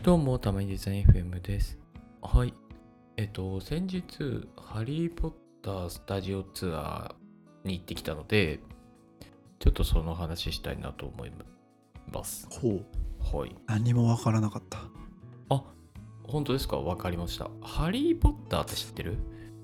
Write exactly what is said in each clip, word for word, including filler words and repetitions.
どうも、たまにデザイン エフエム です。はい。えっと、先日、ハリー・ポッタースタジオツアーに行ってきたので、ちょっとその話したいなと思います。 ほう。 はい。 何もわからなかった。 あ、本当ですか？わかりました。ハリー・ポッターって知ってる？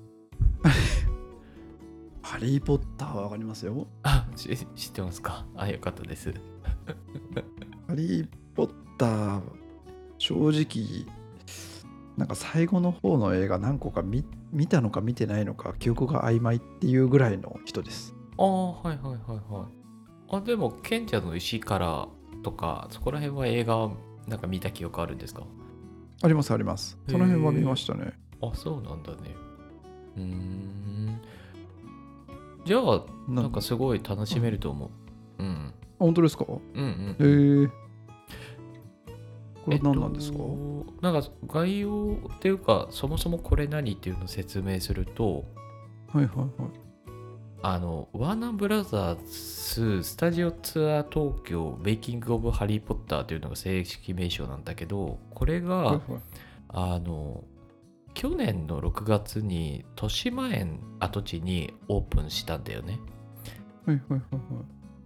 ハリー・ポッターはわかりますよ。 あ、知知ってますか？あ、よかったです。 ハリー・ポッター、正直、なんか最後の方の映画何個か 見, 見たのか見てないのか、記憶が曖昧っていうぐらいの人です。 ああ、はいはいはいはい。あ、でも、賢者の石からとか、そこら辺は映画、なんか見た記憶あるんですか？ ありますあります。 へその辺は見まえ。 したね。 あ、そうなんだね。うーん。じゃあ、 ななんかすごい楽しめるうん、 と思う。うん。 本当ですか？ うんうんへうん。 え。これえっと、 は何なんですか？ なんか概要っていうか、そもそもこれ何っていうのを説明すると、 はいはいはい。 あの、ワーナーブラザーズスタジオツアー東京メイキングオブハリーポッターというのが正式名称なんだけど、これが、 はいはい。 あの、去年のろくがつに豊島園跡地にオープンしたんだよね。 はいはいはいはい。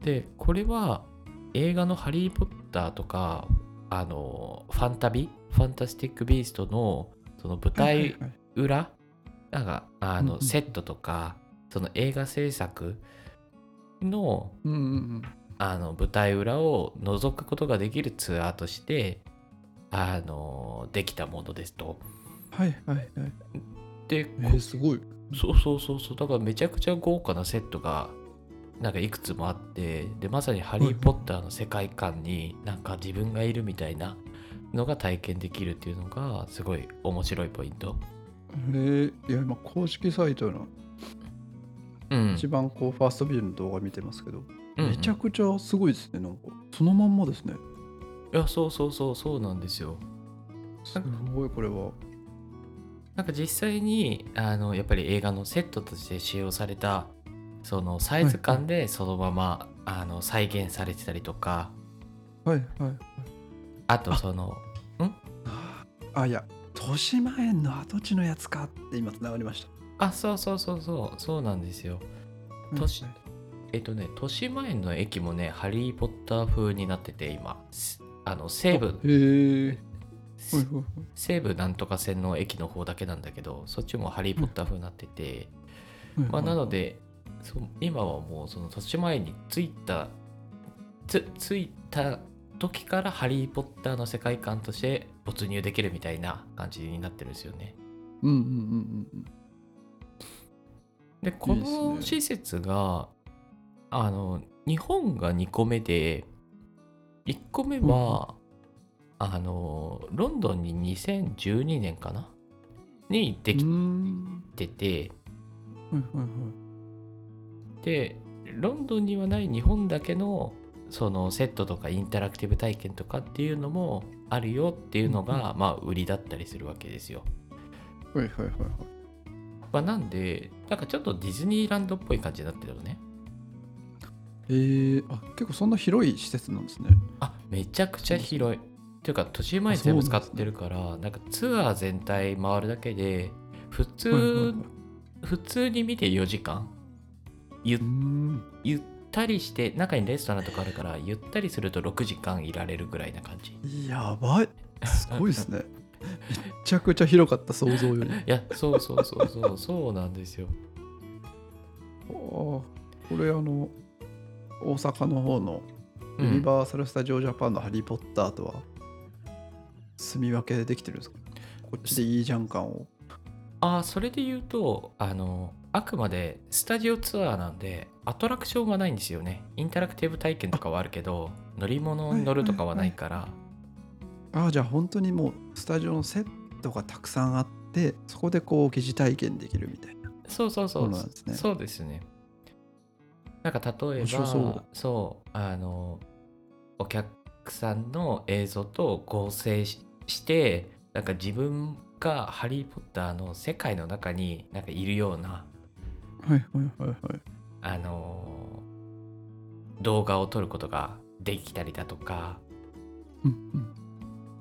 で、これは映画のハリー・ポッターとか、あの、ファンタビ、ファンタスティック・ビーストのその舞はいはい台はい。 裏、なんか、あの、 うんうん。 セットとか、その映画制作の、 うんうんうん。 あの、舞台裏を覗くことができるツアーとして、あの、できたものですと。 はいはいはい。 で、 えこー、すごい。 そうそうそうそう、だからめちゃくちゃ豪華なセットがなんかいくつもあって、でまさにハリー・はいはい。 ポッターの世界観になんか自分がいるみたいなのが体験できるっていうのがすごい面白いポイント。 えー、いや今公式サイトのうん一番こうファーストビューの動画見てますけど、 うんうん。 めちゃくちゃすごいですね。なんかそのまんまですね。 いや、そうそうそうそうなんですよ。なすんかごいこれは。 なんか実際にあのやっぱり映画のセットとして使用されたそのサイズはいはい感でそのままあの再現されてたりとか、 はいはい。 あとあそのんあいや、豊島園の跡地のやつかって今つながりました。 あ、そうそうそうそうそうなんですよ。 はいはい。 都市えっとね、豊島園の駅もね、ハリー・ポッター風になってて、今、すあの西あ、 部、 へえ。はいすはいはい。 西部なんとか線の駅の方だけなんだけど、そっちもハリー・ポッはいター風になってて、まあ、 はいはいはい。 なので、そう今はもうその豊島園に着いた、つ着いた時からハリー・ポッターの世界観として没入できるみたいな感じになってるんですよね。 うんうんうんうんで、 うん。 こいいですね。 の施設が、あの、日本がにこめで、いっこめはいはい。 は、あの、ロンドンににせんじゅうにねんかなにでうーきん。 てて、 はいはいはい。 で、ロンドンにはない日本だけのそのセットとかインタラクティブ体験とかっていうのもあるよっていううんうん。 のが、まあ、売りだったりするわけですよ。 はいはいはいはい。 まあ、なんで、なんかちょっとディズニーランドっぽい感じになってるのね。 えー、あ、結構そんな広い施設なんですね。 あ、めちゃくちゃそもそも。 広い。っていうか、途中あ、 前そう全部使ってなんですね。 るから、なんかツアー全体回るだけで、普はいはいはい。 通、普通に見てよじかんゆうーん。 ゆったりして、中にレストランとかあるから、ゆったりするとろくじかんいられるぐらいな感じ。 やばい。すごいですね。めちゃくちゃ広かった、想像より。 いや、そうそうそうそう、そうなんですよ。 ああ、これあの、大阪の方のユニうん。 バーサル・スタジオ・ジャパンのハリー・ポッターとは住み分けできてるんですか？こっちでいいじゃん感を。 ああ、それで言うと、あの、あくまでスタジオツアーなんで、アトラクションがないんですよね。インタラクティブ体験とあ、 かはあるけど、乗り物はいに乗るとかははいはい。 ないから、 ああ、じゃあ本当にもうスタジオのセットがたくさんあって、そこでこう疑似体験できるみたいなそうそうそう、 ものなんですね。 そうですね。なんか例え面白そば、そう、あの、お客さんの映像と合成しして、なんか自分がハリー・ポッターの世界の中になんかいるような、 う。はいはいはいはい。 あの動画を撮ることができたりだとか、 うんうん。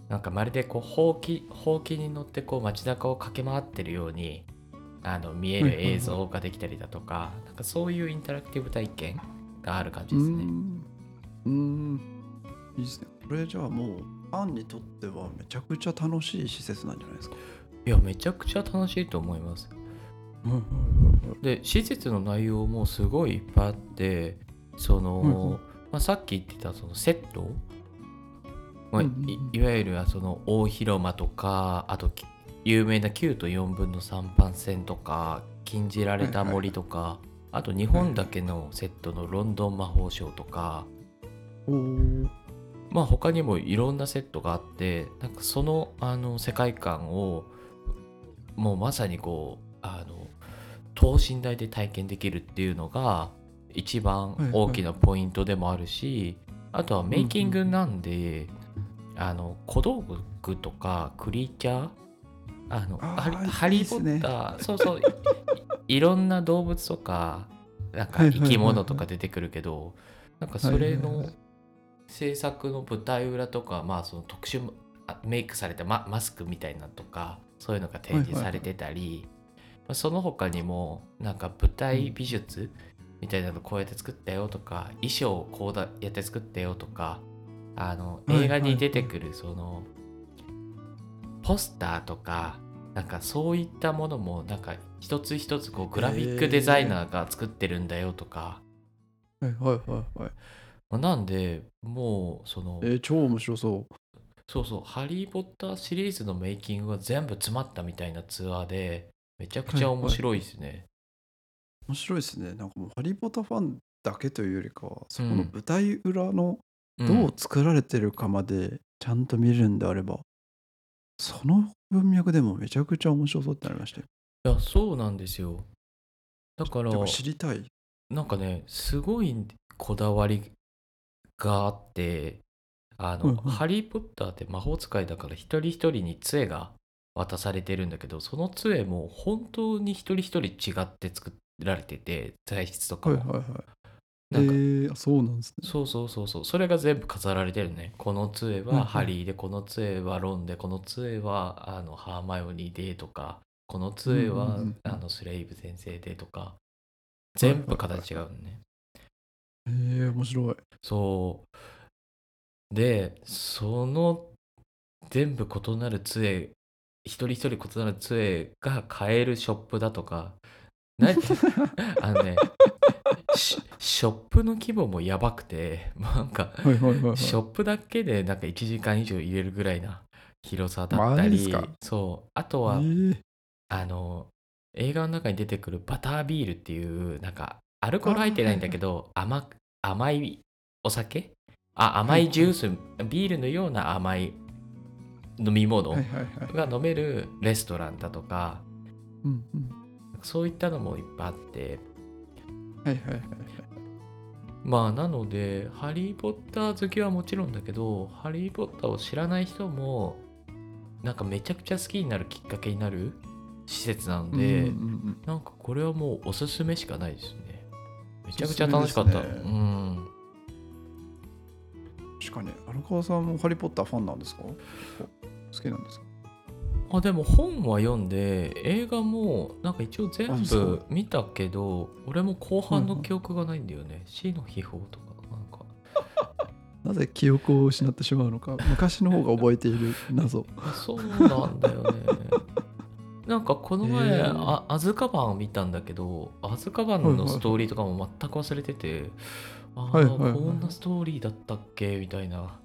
なんかまるでこうほうきほうきに乗ってこう街中を駆け回ってるようにあの見えるはいはいはい。 映像ができたりだとか、なんかそういうインタラクティブ体験がある感じうーですね。 ん。うーん。いいですね。これじゃあもう、ファンにとってはめちゃくちゃ楽しい施設なんじゃないですか。 いや、めちゃくちゃ楽しいと思います。 はいはいで、施設の内容もすごいいっぱいあって、そはいはい。はいはい。 の、まあ、さっき言ってたそのセット、まあ、 うんういんいわゆるその大広間とか、あとき有名なきゅうとよんぶんのさんばん線とか、禁じらうん。 れたはいはいはい。 森とか、あと日はいはい。 本だけのセットのロンドン魔法省とか、 おー。 まあ他にもいろんなセットがあって、なんかそのあの世界観をもうまさにこう、あの、等身大で体験できるっていうのが一番はいはい。 大きなポイントでもあるし、あとはうんうメイキンんうん。 グなんで、あの、小道具とかクリーチャー、あの、ハリ、 ああ、 ハリー・ポッいいっすね。 ター、そうそう、い、いろんな動物とか、なんか生きはいはいはい物とかはい。 出てくるけど、なんかそはいはいれのはい。 制作の舞台裏とか、まあその特殊あメイクされたマ、マスクみたいなのとか、そういうのが展はいはいはい。 示されてたり、まあその他にも、なんか舞台うん。 美術みたいなのこうやって作ったよとか、衣装をこうだやって作ったよとか、あの、 はい映画にはいはい。 出てくるその、ポスターとか、なんかそういったものも、なんか一つ一つこうグラフィックデザイええ。 ナーが作ってるんだよとか、 はいはいはいはい。 まあなんで、もうその、 えー、超面白そう。 そうそう、ハリー・ポッターシリーズのメイキングが全部詰まったみたいなツアーで、めちゃくちゃ面はいはい。 白いですね。 面白いですね。なんかもうハリー・ポッターファンだけというよりかは、そこのうん。 舞台裏のどううん。 作られてるかまでちゃんと見れるんであれば、その文脈でもめちゃくちゃ面白そうってなりましたよ。 いや、そうなんですよ。だから、 てか知りたい。 なんかね、すごいこだわりがあって、あの、 はいはい。 ハリー・ポッターって魔法使いだから一人一人に杖が渡されてるんだけど、その杖も本当に一人一人違って作られてて、材質とかも。 はいはいはい。えなんか、 ー、あ、そうなんですね。 そうそうそうそう、それが全部飾られてるね。この杖ははいはい。 ハリーで、この杖はロンで、この杖はあのハーマイオニーでとか、このうんうんう杖はんうん。 あのスレイブ先生でとか、 はいはい全部形違うはいはい。 のね。 えー、面白い。 そう。で、その全部異なる杖、一人一人異なる杖が買えるショップだとか、な、あのね、シショップの規模もやばくて、なんか、 はいはいはいはい。 ショップだけでなんかいちじかん以上入れるぐらいな広さだったマジですか。 り、そう、あとえは、 ー、 あの、映画の中に出てくるバタービールっていう、なんか、アルコール入ってないんあーはいはい。 だけど、甘、甘いお酒あ、甘はいはい。 いジュース、ビールのような甘い飲み物はいはいはい。 が飲めるレストランだとか、 うんうん。 そういったのもいっぱいあって、 はいはいはいはい。 まあなので、ハリー・ポッター好きはもちろんだけど、ハリー・ポッターを知らない人も、なんかめちゃくちゃ好きになるきっかけになる施設なのうんうんうんうで、 ん。 なんかこれはもうおすすめしかないですね。めちゃくちゃおすすめで楽しかった。うすね。 ん。 確かに、荒川さんもハリー・ポッターファンなんですか？結構好きなんですか？ あ、でも本は読んで、映画もなんか一応あ、 全そう。 部見たけど、俺も後半のはいはい。 記憶がないんだよね。死の秘宝とか、なんか。 なぜ記憶を失ってしまうのか、昔の方が覚えている謎。 あ、そうなんだよね。なんかこのえ前、 ー、 あ、アズカバンを見たんだけど、アズカバンのスはいはいはい。 トーリーとかも全く忘れてて、 はいああ、 はいはいはい。 こんなストーリーだったっけみたいな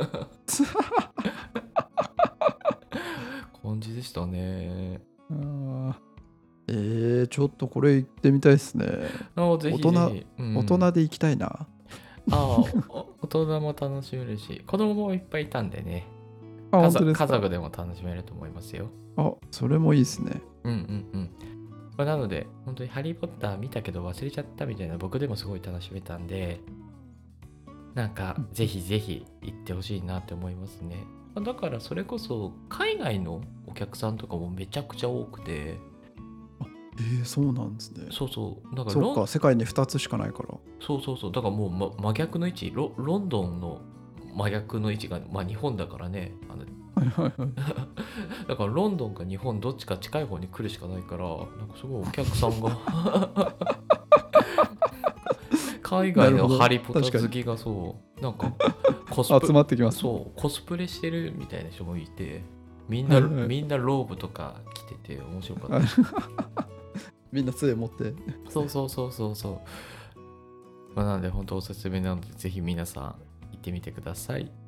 感じでしたね。 あーえー、ちょっとこれ行ってみたいですね。 ああ、ぜ大人、 ひぜひ。う大ん。 人で行きたいな。 ああ、お大人も楽しめるし、子供もいっぱいいたんでね、 あ、 家族、家本当ですか。 族でも楽しめると思いますよ。 あ、それもいいですね。 うんうんうん。まあなので、本当にハリー・ポッター見たけど忘れちゃったみたいな僕でもすごい楽しめたんで、なんか、ぜひぜひ行ってほしいなって思いますね。だからそれこそ海外のお客さんとかもめちゃくちゃ多くて、 あ、えー、そうなんですね。 そうそう、だからロン、 そうか、世界にふたつしかないから。 そうそうそう、だからもう、ま、真逆の位置ロ、ロンドンの真逆の位置が、まあ、日本だからね、あのはいはいはい。 だからロンドンか日本どっちか近い方に来るしかないから、なんかすごいお客さんが海外のなるほど。 ハリポタ確かに。 好きがそうなんかコスプ集まってきますね。 そうコスプレしてるみたいな人もいて、みんなはいはい。 みんなローブとか着てて面白かった。 はいみんな杖持って。 そうそうそうそうそう。まあ、なので本当おすすめなのでぜひ皆さん行ってみてください。